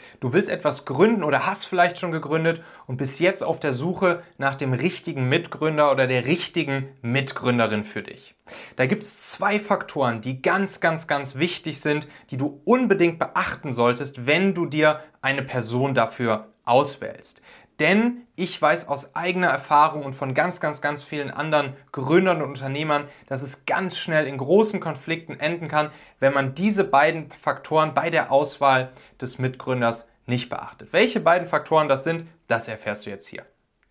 Du willst etwas gründen oder hast vielleicht schon gegründet und bist jetzt auf der Suche nach dem richtigen Mitgründer oder der richtigen Mitgründerin für dich. Da gibt es zwei Faktoren, die ganz wichtig sind, die du unbedingt beachten solltest, wenn du dir eine Person dafür auswählst. Denn ich weiß aus eigener Erfahrung und von ganz vielen anderen Gründern und Unternehmern, dass es ganz schnell in großen Konflikten enden kann, wenn man diese beiden Faktoren bei der Auswahl des Mitgründers nicht beachtet. Welche beiden Faktoren das sind, das erfährst du jetzt hier.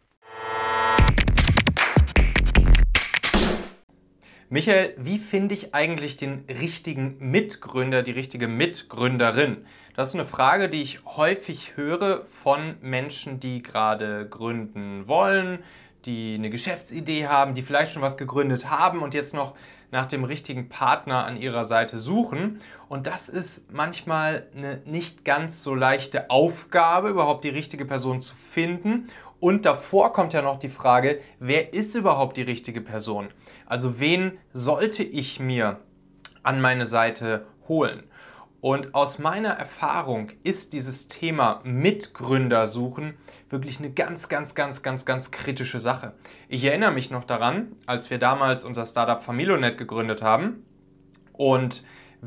Michael, wie finde ich eigentlich den richtigen Mitgründer, die richtige Mitgründerin? Das ist eine Frage, die ich häufig höre von Menschen, die gerade gründen wollen, die eine Geschäftsidee haben, die vielleicht schon was gegründet haben und jetzt noch nach dem richtigen Partner an ihrer Seite suchen. Und das ist manchmal eine nicht ganz so leichte Aufgabe, überhaupt die richtige Person zu finden. Und davor kommt ja noch die Frage, wer ist überhaupt die richtige Person? Also wen sollte ich mir an meine Seite holen? Und aus meiner Erfahrung ist dieses Thema Mitgründer suchen wirklich eine ganz kritische Sache. Ich erinnere mich noch daran, als wir damals unser Startup Familonet gegründet haben und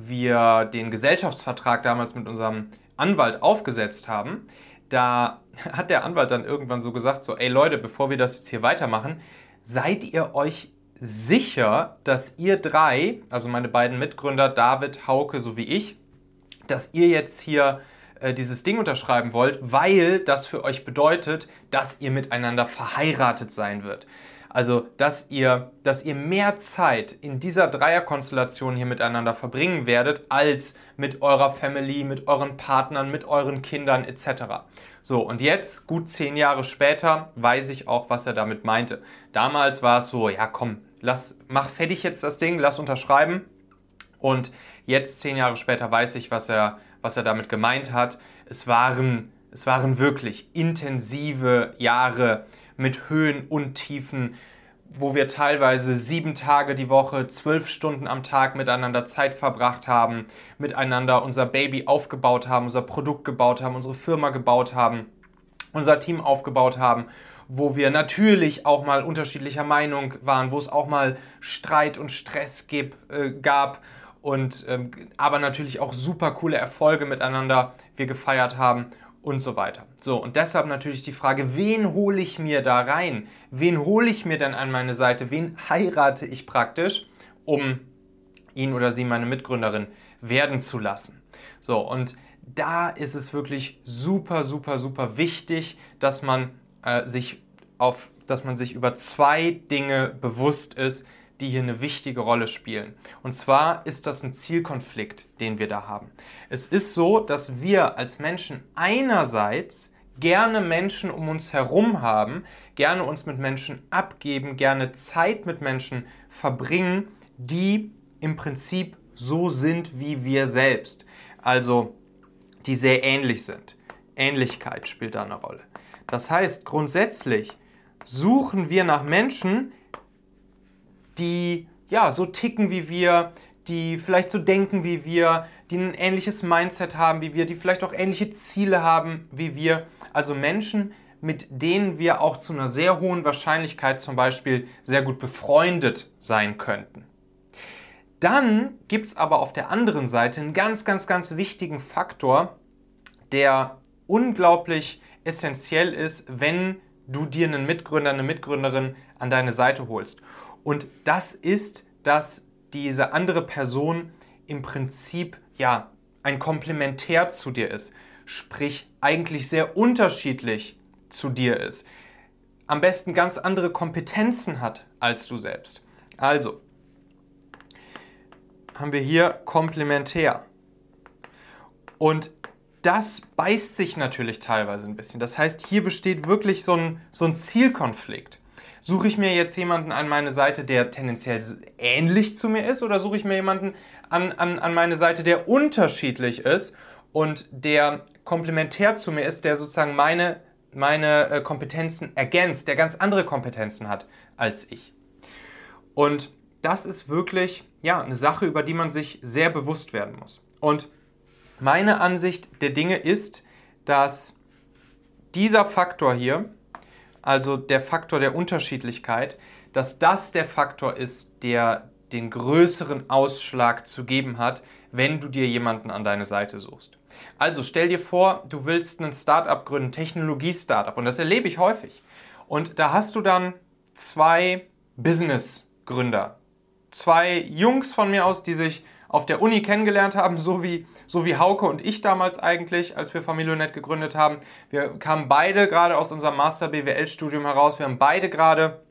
wir den Gesellschaftsvertrag damals mit unserem Anwalt aufgesetzt haben. Da hat der Anwalt dann irgendwann so gesagt, so, ey Leute, bevor wir das jetzt hier weitermachen, seid ihr euch sicher, dass ihr drei, also meine beiden Mitgründer, David, Hauke sowie ich, dass ihr jetzt hier dieses Ding unterschreiben wollt, weil das für euch bedeutet, dass ihr miteinander verheiratet sein wird. Also, dass ihr mehr Zeit in dieser Dreierkonstellation hier miteinander verbringen werdet, als mit eurer Family, mit euren Partnern, mit euren Kindern etc. So, und jetzt, gut 10 Jahre später, weiß ich auch, was er damit meinte. Damals war es so, ja komm, mach fertig jetzt das Ding, lass unterschreiben. Und jetzt, 10 Jahre später, weiß ich, was er damit gemeint hat. Es waren wirklich intensive Jahre mit Höhen und Tiefen, wo wir teilweise 7 Tage die Woche, 12 Stunden am Tag miteinander Zeit verbracht haben, miteinander unser Baby aufgebaut haben, unser Produkt gebaut haben, unsere Firma gebaut haben, unser Team aufgebaut haben, wo wir natürlich auch mal unterschiedlicher Meinung waren, wo es auch mal Streit und Stress gab und aber natürlich auch super coole Erfolge miteinander wir gefeiert haben und so weiter. So, und deshalb natürlich die Frage, wen hole ich mir da rein? Wen hole ich mir denn an meine Seite? Wen heirate ich praktisch, um ihn oder sie meine Mitgründerin werden zu lassen? So, und da ist es wirklich super wichtig, dass man sich über zwei Dinge bewusst ist, die hier eine wichtige Rolle spielen. Und zwar ist das ein Zielkonflikt, den wir da haben. Es ist so, dass wir als Menschen einerseits gerne Menschen um uns herum haben, gerne uns mit Menschen abgeben, gerne Zeit mit Menschen verbringen, die im Prinzip so sind wie wir selbst. Also die sehr ähnlich sind. Ähnlichkeit spielt da eine Rolle. Das heißt, grundsätzlich suchen wir nach Menschen, die ja so ticken wie wir, die vielleicht so denken wie wir, die ein ähnliches Mindset haben wie wir, die vielleicht auch ähnliche Ziele haben wie wir. Also Menschen, mit denen wir auch zu einer sehr hohen Wahrscheinlichkeit zum Beispiel sehr gut befreundet sein könnten. Dann gibt es aber auf der anderen Seite einen ganz wichtigen Faktor, der unglaublich essentiell ist, wenn du dir einen Mitgründer, eine Mitgründerin an deine Seite holst. Und das ist, dass diese andere Person im Prinzip ja ein Komplementär zu dir ist, sprich eigentlich sehr unterschiedlich zu dir ist, am besten ganz andere Kompetenzen hat als du selbst. Also haben wir hier komplementär. Und das beißt sich natürlich teilweise ein bisschen. Das heißt, hier besteht wirklich so ein Zielkonflikt. Suche ich mir jetzt jemanden an meine Seite, der tendenziell ähnlich zu mir ist, oder suche ich mir jemanden an meine Seite, der unterschiedlich ist und der komplementär zu mir ist, der sozusagen meine Kompetenzen ergänzt, der ganz andere Kompetenzen hat als ich. Und das ist wirklich eine Sache, über die man sich sehr bewusst werden muss. Und meine Ansicht der Dinge ist, dass dieser Faktor hier, also der Faktor der Unterschiedlichkeit, dass das der Faktor ist, der den größeren Ausschlag zu geben hat, wenn du dir jemanden an deine Seite suchst. Also stell dir vor, du willst ein Startup gründen, ein Technologie-Startup, und das erlebe ich häufig. Und da hast du dann 2 Business-Gründer. 2 Jungs von mir aus, die sich auf der Uni kennengelernt haben, so wie Hauke und ich damals eigentlich, als wir Familionet gegründet haben. Wir kamen beide gerade aus unserem Master-BWL-Studium heraus. Wir haben beide gerade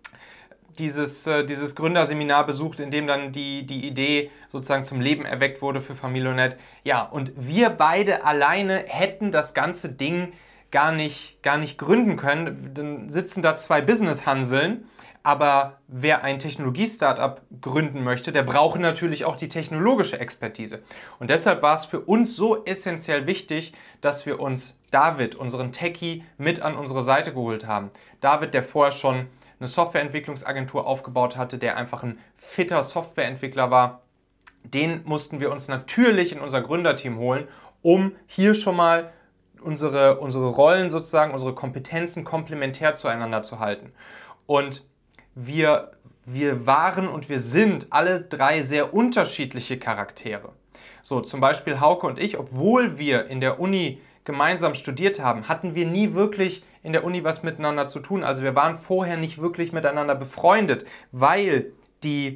dieses Gründerseminar besucht, in dem dann die Idee sozusagen zum Leben erweckt wurde für Familionet. Ja, und wir beide alleine hätten das ganze Ding gar nicht gründen können. Dann sitzen da 2 Business-Hanseln, aber wer ein Technologie-Startup gründen möchte, der braucht natürlich auch die technologische Expertise. Und deshalb war es für uns so essentiell wichtig, dass wir uns David, unseren Techie, mit an unsere Seite geholt haben. David, der vorher schon eine Softwareentwicklungsagentur aufgebaut hatte, der einfach ein fitter Softwareentwickler war, den mussten wir uns natürlich in unser Gründerteam holen, um hier schon mal unsere Rollen sozusagen, unsere Kompetenzen komplementär zueinander zu halten. Und wir waren und wir sind alle 3 sehr unterschiedliche Charaktere. So, zum Beispiel Hauke und ich, obwohl wir in der Uni gemeinsam studiert haben, hatten wir nie wirklich in der Uni was miteinander zu tun. Also wir waren vorher nicht wirklich miteinander befreundet, weil die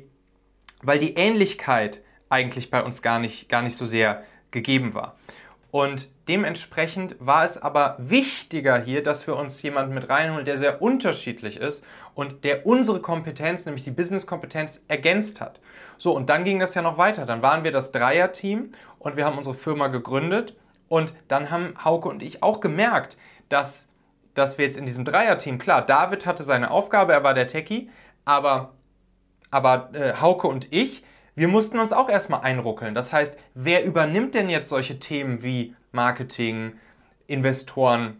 Ähnlichkeit eigentlich bei uns gar nicht so sehr gegeben war. Und dementsprechend war es aber wichtiger hier, dass wir uns jemanden mit reinholen, der sehr unterschiedlich ist und der unsere Kompetenz, nämlich die Business-Kompetenz, ergänzt hat. So, und dann ging das ja noch weiter. Dann waren wir das Dreier-Team und wir haben unsere Firma gegründet. Und dann haben Hauke und ich auch gemerkt, dass wir jetzt in diesem Dreier-Team, klar, David hatte seine Aufgabe, er war der Techie, aber Hauke und ich, wir mussten uns auch erstmal einruckeln. Das heißt, wer übernimmt denn jetzt solche Themen wie Marketing, Investoren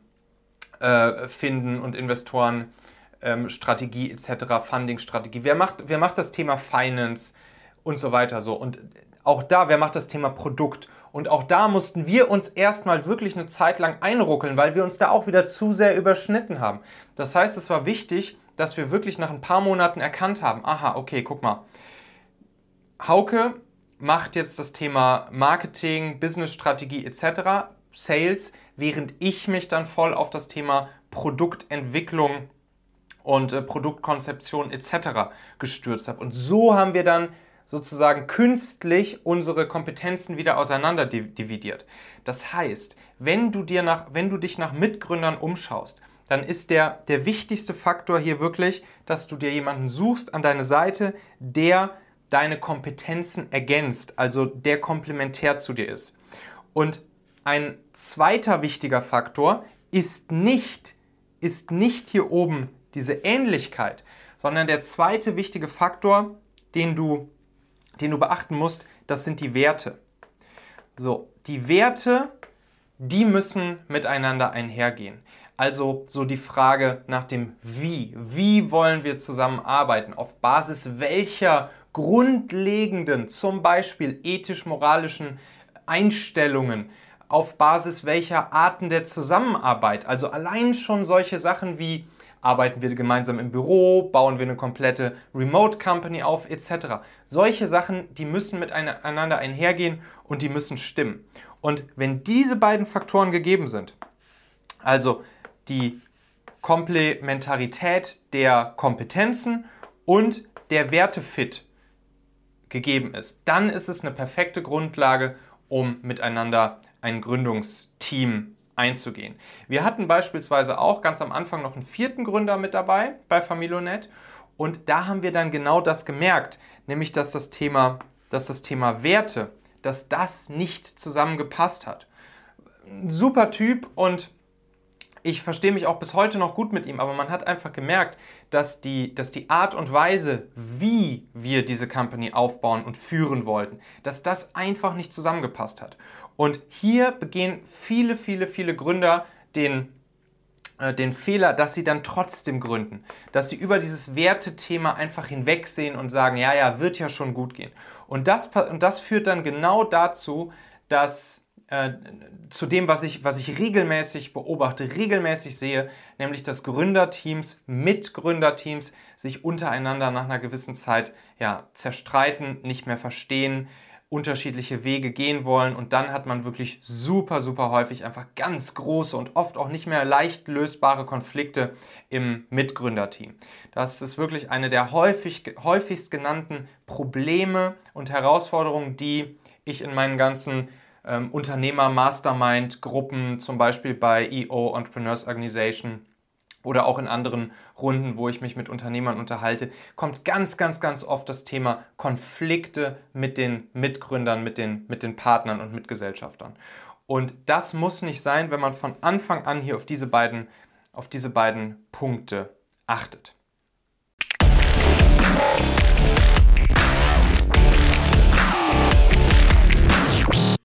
finden und Investoren Strategie etc., Funding-Strategie? Wer macht das Thema Finance und so weiter so? Und auch da, wer macht das Thema Produkt? Und auch da mussten wir uns erstmal wirklich eine Zeit lang einruckeln, weil wir uns da auch wieder zu sehr überschnitten haben. Das heißt, es war wichtig, dass wir wirklich nach ein paar Monaten erkannt haben, aha, okay, guck mal, Hauke macht jetzt das Thema Marketing, Business-Strategie etc., Sales, während ich mich dann voll auf das Thema Produktentwicklung und Produktkonzeption etc. gestürzt habe. Und so haben wir dann sozusagen künstlich unsere Kompetenzen wieder auseinander dividiert. Das heißt, wenn du dich nach Mitgründern umschaust, dann ist der wichtigste Faktor hier wirklich, dass du dir jemanden suchst an deine Seite, der deine Kompetenzen ergänzt, also der komplementär zu dir ist. Und ein zweiter wichtiger Faktor ist nicht hier oben diese Ähnlichkeit, sondern der zweite wichtige Faktor, den du beachten musst, das sind die Werte. So, die Werte, die müssen miteinander einhergehen. Also so die Frage nach dem Wie. Wie wollen wir zusammenarbeiten? Auf Basis welcher grundlegenden, zum Beispiel ethisch-moralischen Einstellungen, auf Basis welcher Arten der Zusammenarbeit? Also allein schon solche Sachen wie: Arbeiten wir gemeinsam im Büro, bauen wir eine komplette Remote Company auf, etc. Solche Sachen, die müssen miteinander einhergehen und die müssen stimmen. Und wenn diese beiden Faktoren gegeben sind, also die Komplementarität der Kompetenzen und der Wertefit gegeben ist, dann ist es eine perfekte Grundlage, um miteinander ein Gründungsteam einzugehen. Wir hatten beispielsweise auch ganz am Anfang noch einen 4. Gründer mit dabei bei Familionet und da haben wir dann genau das gemerkt, nämlich dass das Thema Werte, dass das nicht zusammengepasst hat. Ein super Typ und ich verstehe mich auch bis heute noch gut mit ihm, aber man hat einfach gemerkt, dass die Art und Weise, wie wir diese Company aufbauen und führen wollten, dass das einfach nicht zusammengepasst hat. Und hier begehen viele, viele, viele Gründer den Fehler, dass sie dann trotzdem gründen, dass sie über dieses Wertethema einfach hinwegsehen und sagen, ja, wird ja schon gut gehen. Und das führt dann genau dazu, dass zu dem, was ich regelmäßig beobachte, regelmäßig sehe, nämlich dass Gründerteams, Mitgründerteams sich untereinander nach einer gewissen Zeit zerstreiten, nicht mehr verstehen, unterschiedliche Wege gehen wollen und dann hat man wirklich super, super häufig einfach ganz große und oft auch nicht mehr leicht lösbare Konflikte im Mitgründerteam. Das ist wirklich eine der häufigst genannten Probleme und Herausforderungen, die ich in meinen ganzen Unternehmer-Mastermind-Gruppen, zum Beispiel bei EO Entrepreneurs Organization oder auch in anderen Runden, wo ich mich mit Unternehmern unterhalte, kommt ganz, ganz, ganz oft das Thema Konflikte mit den Mitgründern, mit den Partnern und Mitgesellschaftern. Und das muss nicht sein, wenn man von Anfang an hier auf diese beiden Punkte achtet.